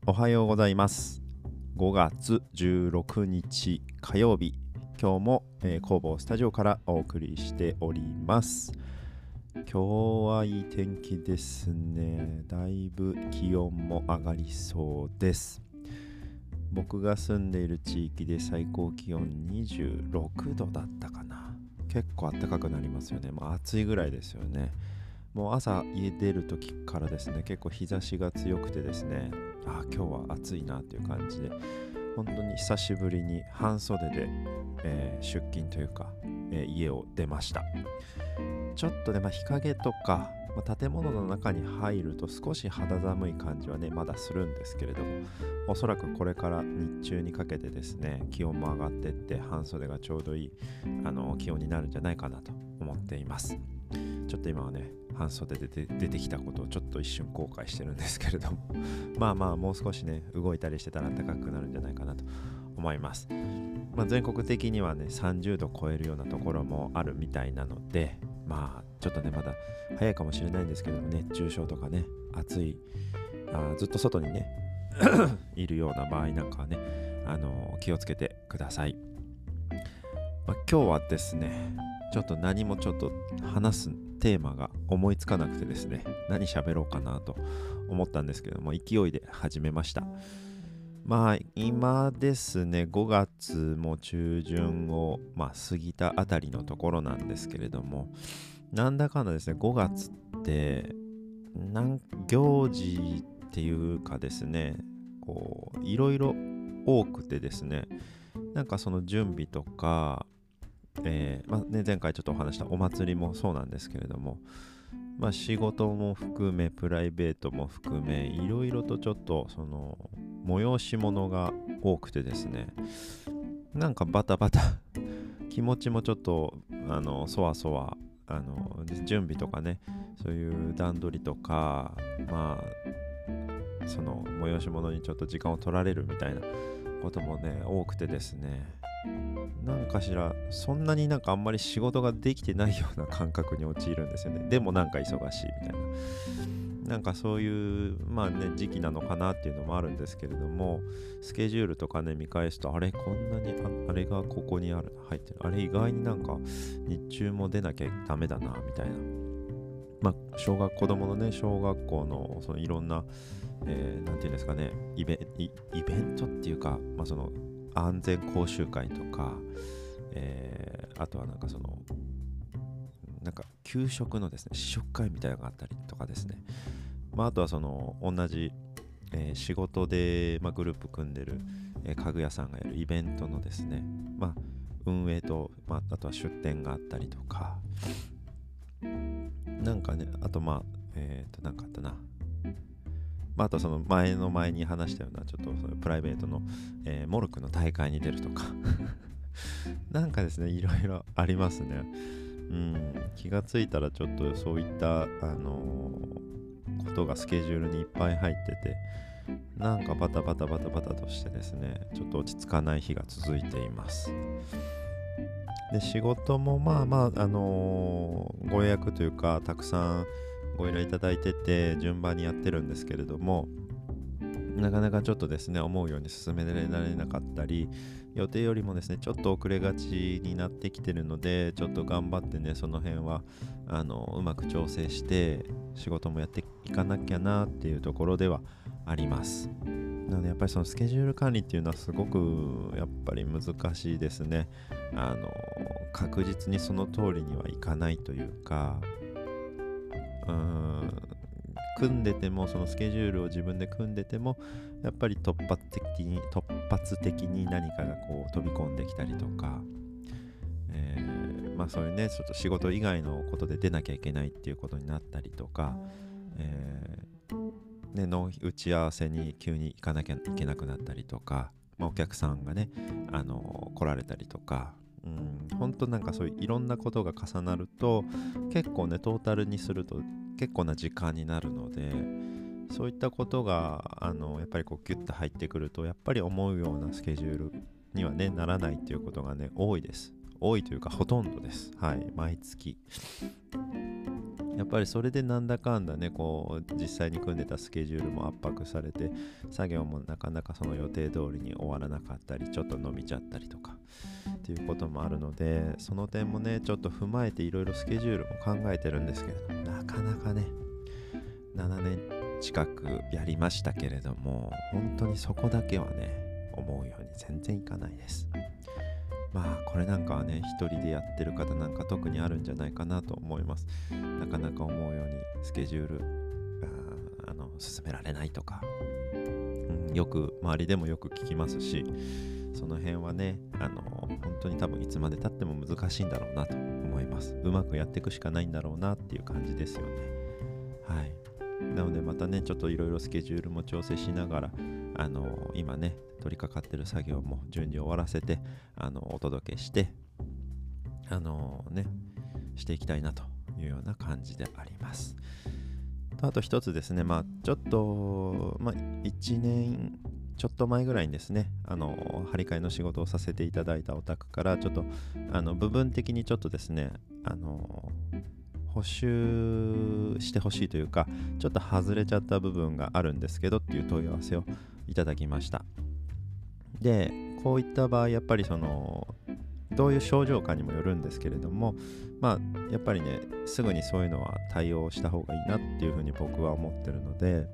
おはようございます。5月16日火曜日、今日も、工房スタジオからお送りしております。今日はいい天気ですね。だいぶ気温も上がりそうです。僕が住んでいる地域で最高気温26度だったかな。結構暖かくなりますよね。暑いぐらいですよね。もう朝家出る時からですね、結構日差しが強くてですね、今日は暑いなという感じで、本当に久しぶりに半袖で、出勤というか、家を出ました。ちょっとね、日陰とか、建物の中に入ると少し肌寒い感じはね、まだするんですけれども、おそらくこれから日中にかけてですね、気温も上がっていって半袖がちょうどいい気温になるんじゃないかなと思っています。ちょっと今はね、半袖で出てきたことをちょっと一瞬後悔してるんですけれどももう少しね動いたりしてたら暖かくなるんじゃないかなと思います。全国的にはね30度超えるようなところもあるみたいなので、ちょっとねまだ早いかもしれないんですけども、熱中症とかね、暑いずっと外にねいるような場合なんかはね、気をつけてください。今日はですね、ちょっと何もちょっと話すテーマが思いつかなくてですね、何喋ろうかなと思ったんですけども、勢いで始めました。今ですね、5月も中旬を、過ぎたあたりのところなんですけれども、なんだかんだですね、5月って行事っていうかですね、こういろいろ多くてですね、その準備とか、前回ちょっとお話したお祭りもそうなんですけれども、仕事も含めプライベートも含めいろいろとちょっとその催し物が多くてですね、バタバタ気持ちもちょっとそわそわ準備とかね、そういう段取りとかその催し物にちょっと時間を取られるみたいなこともね多くてですね、そんなにあんまり仕事ができてないような感覚に陥るんですよね。でも忙しいみたいな、そういう時期なのかなっていうのもあるんですけれども、スケジュールとかね見返すと、こんなにあれがここにある入ってる、あれ意外に日中も出なきゃダメだなみたいな。子供のね小学校のそのいろんな、なんていうんですかね、イベントっていうか、その安全講習会とか、あとは給食のですね試食会みたいなのがあったりとかですね、あとはその同じ、仕事で、グループ組んでる、家具屋さんがやるイベントのですね、運営と、あとは出店があったりとか、あとなんかあったな、あとその前に話したようなちょっとそのプライベートの、モルックの大会に出るとかですね、いろいろありますね。気がついたらちょっとそういった、ことがスケジュールにいっぱい入ってて、バタバタとしてですね、ちょっと落ち着かない日が続いています。で、仕事もご予約というかたくさんご依頼いただいてて順番にやってるんですけれども、なかなかちょっとですね思うように進められなかったり、予定よりもですねちょっと遅れがちになってきてるので、ちょっと頑張ってねその辺はうまく調整して仕事もやっていかなきゃなっていうところではあります。なのでやっぱりそのスケジュール管理っていうのはすごくやっぱり難しいですね。確実にその通りにはいかないというか、組んでても、そのスケジュールを自分で組んでてもやっぱり突発的に何かがこう飛び込んできたりとか、そういうねちょっと仕事以外のことで出なきゃいけないっていうことになったりとか、の打ち合わせに急に行かなきゃいけなくなったりとか、お客さんがね来られたりとか、本当そういういろんなことが重なると結構ねトータルにすると結構な時間になるので、そういったことがやっぱりこうギュッと入ってくると、やっぱり思うようなスケジュールにはねならないっていうことがね多いです。 多いというかほとんどです。はい、毎月。やっぱりそれでなんだかんだね、こう実際に組んでたスケジュールも圧迫されて、作業もなかなかその予定通りに終わらなかったり、ちょっと伸びちゃったりとかっていうこともあるので、その点もねちょっと踏まえていろいろスケジュールも考えてるんですけれども、なかなかね7年近くやりましたけれども、本当にそこだけはね思うように全然いかないです。まあこれなんかはね一人でやってる方なんか特にあるんじゃないかなと思います。なかなか思うようにスケジュール進められないとか、よく周りでもよく聞きますし、その辺はね本当に多分いつまで経っても難しいんだろうなと思います。うまくやっていくしかないんだろうなっていう感じですよね。はい。なのでまたねちょっといろいろスケジュールも調整しながら今ね取り掛かってる作業も順次終わらせてお届けしてしていきたいなというような感じであります。あと一つですね、ちょっと、1年ちょっと前ぐらいにですね張り替えの仕事をさせていただいたお宅からちょっと部分的にちょっとですね補修してほしいというか、ちょっと外れちゃった部分があるんですけどっていう問い合わせをいただきました。でこういった場合やっぱりどういう症状かにもよるんですけれども、やっぱりねすぐにそういうのは対応した方がいいなっていうふうに僕は思ってるので、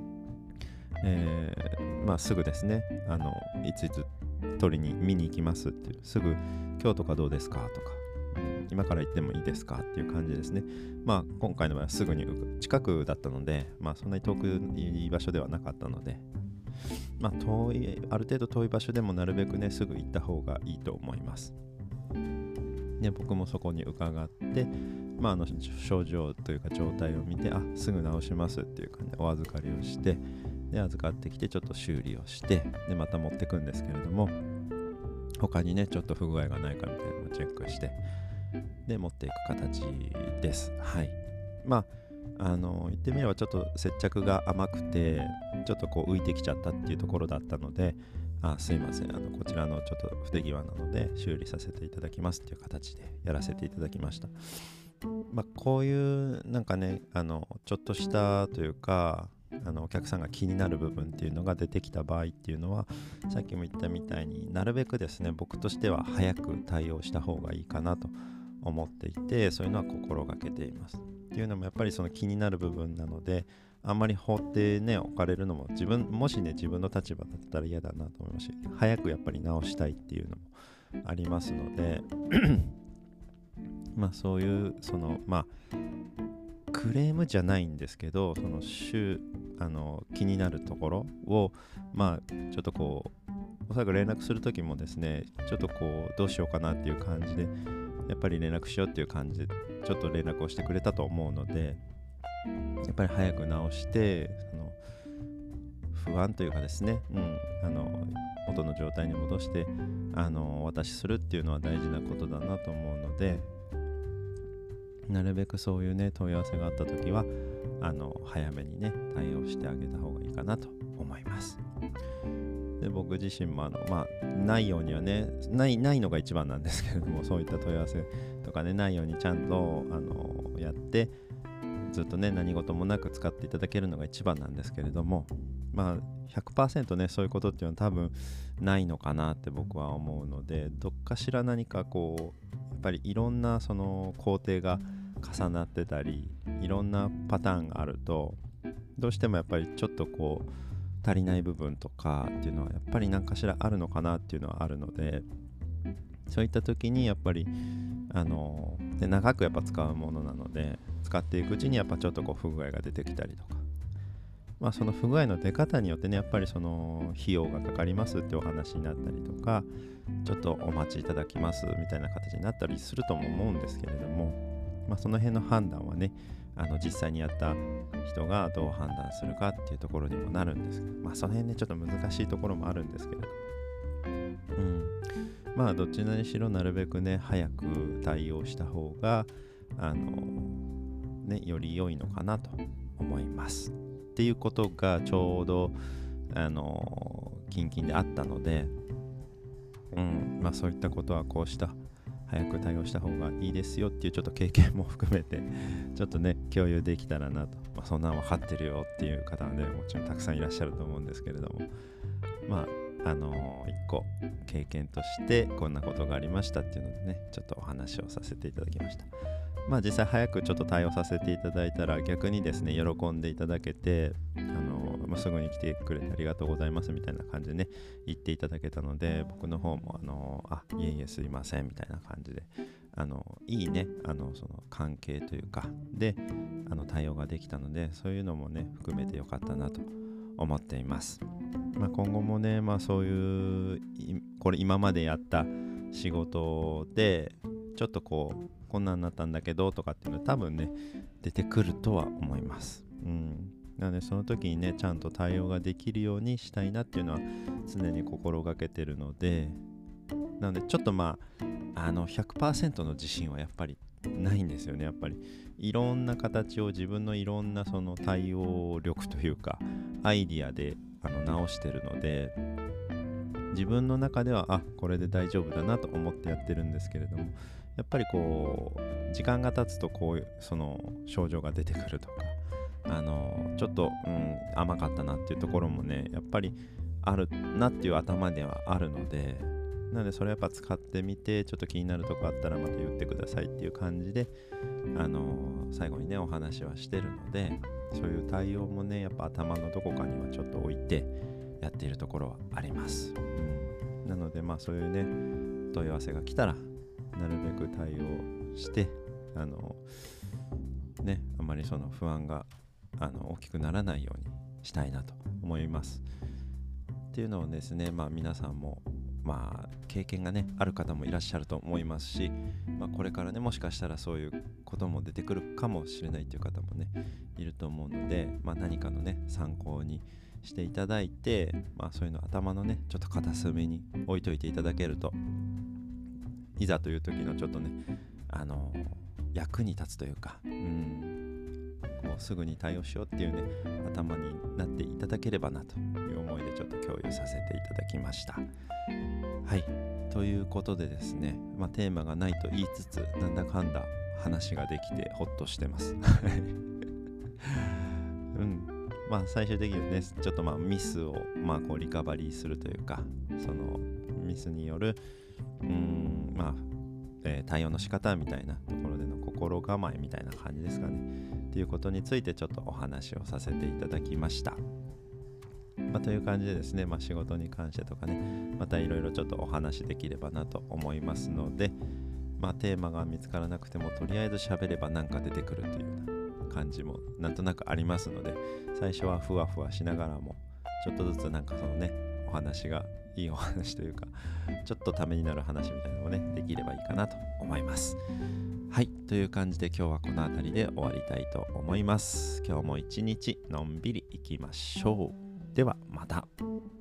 すぐですねいついつ取りに見に行きますっていう、すぐ今日とかどうですかとか、今から行ってもいいですかっていう感じですね。今回の場合はすぐに近くだったので、そんなに遠くいい場所ではなかったので、ある程度遠い場所でもなるべくねすぐ行った方がいいと思います。で僕もそこに伺って、症状というか状態を見て、すぐ治しますっていう感じでお預かりをして、で預かってきてちょっと修理をして、でまた持ってくんですけれども、他にねちょっと不具合がないかみたいなのをチェックして、で持っていく形です。はい。言ってみればちょっと接着が甘くてちょっとこう浮いてきちゃったっていうところだったので、すいませんこちらのちょっと不手際なので修理させていただきますっていう形でやらせていただきました。こういうなんかねちょっとしたというかお客さんが気になる部分っていうのが出てきた場合っていうのは、さっきも言ったみたいになるべくですね僕としては早く対応した方がいいかなと思っていて、そういうのは心がけています。っていうのもやっぱりその気になる部分なので、あんまり放ってね置かれるのももしね自分の立場だったら嫌だなと思いますし、早くやっぱり直したいっていうのもありますのでそういうクレームじゃないんですけど、気になるところをちょっとこうおそらく連絡するときもですね、ちょっとこうどうしようかなっていう感じでやっぱり連絡しようっていう感じでちょっと連絡をしてくれたと思うので、やっぱり早く直して不安というかですね、元の状態に戻してお渡しするっていうのは大事なことだなと思うので、なるべくそういうね問い合わせがあった時は早めにね対応してあげた方がいいかなと思います。で僕自身もないようにはねないのが一番なんですけれども、そういった問い合わせとかねないようにちゃんとやってずっとね何事もなく使っていただけるのが一番なんですけれども、100% ねそういうことっていうのは多分ないのかなって僕は思うので、どっかしら何かこうやっぱりいろんなその工程が重なってたりいろんなパターンがあると、どうしてもやっぱりちょっとこう足りない部分とかっていうのはやっぱり何かしらあるのかなっていうのはあるので、そういった時にやっぱりで長くやっぱ使うものなので、使っていくうちにやっぱちょっとこう不具合が出てきたりとか、その不具合の出方によってねやっぱりその費用がかかりますってお話になったりとか、ちょっとお待ちいただきますみたいな形になったりするとも思うんですけれども、その辺の判断はね実際にやった人がどう判断するかっていうところにもなるんですけど、その辺ねちょっと難しいところもあるんですけれど、どちらにしろなるべくね早く対応した方がより良いのかなと思いますっていうことがちょうど近々であったので、そういったことはこうした早く対応した方がいいですよっていうちょっと経験も含めてちょっとね共有できたらなと、そんなん分かってるよっていう方はねもちろんたくさんいらっしゃると思うんですけれども、一個経験としてこんなことがありましたっていうのでねちょっとお話をさせていただきました。実際早くちょっと対応させていただいたら逆にですね喜んでいただけてすぐに来てくれてありがとうございますみたいな感じでね言っていただけたので、僕の方もいえいえすいませんみたいな感じでいいねその関係というかで対応ができたので、そういうのもね含めてよかったなと思っています。今後もねそういうこれ今までやった仕事でちょっとこんなんなったんだけどとかっていうのは多分ね出てくるとは思います。なのでその時にねちゃんと対応ができるようにしたいなっていうのは常に心がけてるので、なのでちょっと100% の自信はやっぱりないんですよね。やっぱりいろんな形を自分のいろんなその対応力というかアイディアで直してるので、自分の中ではこれで大丈夫だなと思ってやってるんですけれども、やっぱり時間が経つとその症状が出てくるとかちょっと、甘かったなっていうところもねやっぱりあるなっていう頭ではあるので、なのでそれやっぱ使ってみてちょっと気になるとこあったらまた言ってくださいっていう感じで最後にねお話はしてるので、そういう対応もねやっぱ頭のどこかにはちょっと置いてやっているところはあります。なのでそういうね問い合わせが来たらなるべく対応してあまりその不安が大きくならないようにしたいなと思います。っていうのをですね皆さんも経験がねある方もいらっしゃると思いますし、これからねもしかしたらそういうことも出てくるかもしれないという方もねいると思うので、何かのね参考にしていただいて、そういうの頭のねちょっと片隅に置いといていただけると、いざという時のちょっとね役に立つというかすぐに対応しようっていうね頭になっていただければなという思いでちょっと共有させていただきました。はい、ということでですね、テーマがないと言いつつなんだかんだ話ができてほっとしてます。最終的にねちょっとミスをリカバリーするというか、そのミスによる対応の仕方みたいなところでの心構えみたいな感じですかねっていうことについてちょっとお話をさせていただきました。という感じでですね、仕事に関してとかねまたいろいろちょっとお話できればなと思いますので、テーマが見つからなくてもとりあえず喋ればなんか出てくるというような感じもなんとなくありますので、最初はふわふわしながらもちょっとずつそのねお話がいいお話というかちょっとためになる話みたいなのもねできればいいかなと思います。はい、という感じで今日はこの辺りで終わりたいと思います。今日も一日のんびりいきましょう。ではまた。